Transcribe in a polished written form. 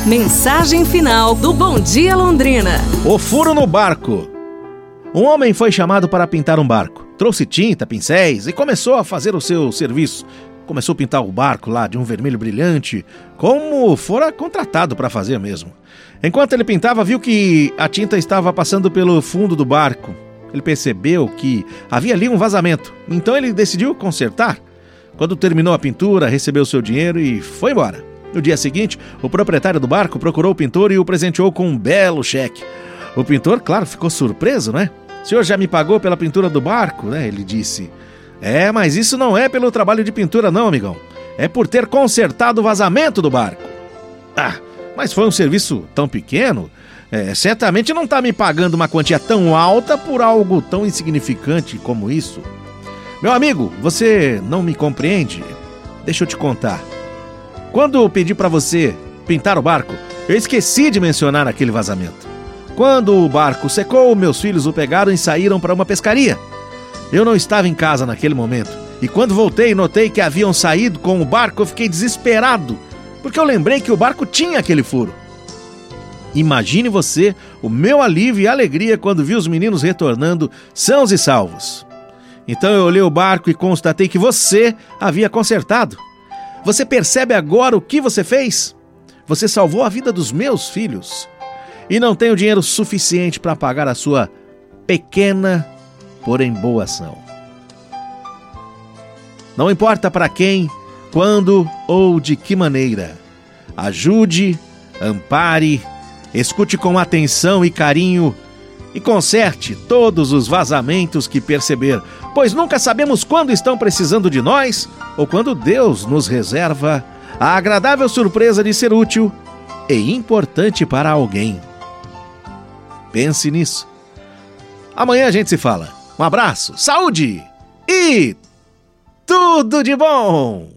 Mensagem final do Bom Dia Londrina. O furo no barco. Um homem foi chamado para pintar um barco. Trouxe tinta, pincéis e começou a fazer o seu serviço. Começou a pintar o barco lá de um vermelho brilhante, como fora contratado para fazer mesmo. Enquanto ele pintava, viu que a tinta estava passando pelo fundo do barco. Ele percebeu que havia ali um vazamento, então ele decidiu consertar. Quando terminou a pintura, recebeu seu dinheiro e foi embora. No dia seguinte, o proprietário do barco procurou o pintor e o presenteou com um belo cheque. O pintor, claro, ficou surpreso, né? O senhor já me pagou pela pintura do barco, né? Ele disse. Mas isso não é pelo trabalho de pintura não, amigão. É por ter consertado o vazamento do barco. Mas foi um serviço tão pequeno. Certamente não está me pagando uma quantia tão alta por algo tão insignificante como isso. Meu amigo, você não me compreende? Deixa eu te contar. Quando eu pedi para você pintar o barco, eu esqueci de mencionar aquele vazamento. Quando o barco secou, meus filhos o pegaram e saíram para uma pescaria. Eu não estava em casa naquele momento. E quando voltei e notei que haviam saído com o barco, eu fiquei desesperado, porque eu lembrei que o barco tinha aquele furo. Imagine você o meu alívio e alegria quando vi os meninos retornando sãos e salvos. Então eu olhei o barco e constatei que você havia consertado. Você percebe agora o que você fez? Você salvou a vida dos meus filhos. E não tenho dinheiro suficiente para pagar a sua pequena, porém boa ação. Não importa para quem, quando ou de que maneira. Ajude, ampare, escute com atenção e carinho e conserte todos os vazamentos que perceber, pois nunca sabemos quando estão precisando de nós ou quando Deus nos reserva a agradável surpresa de ser útil e importante para alguém. Pense nisso. Amanhã a gente se fala. Um abraço, saúde e tudo de bom!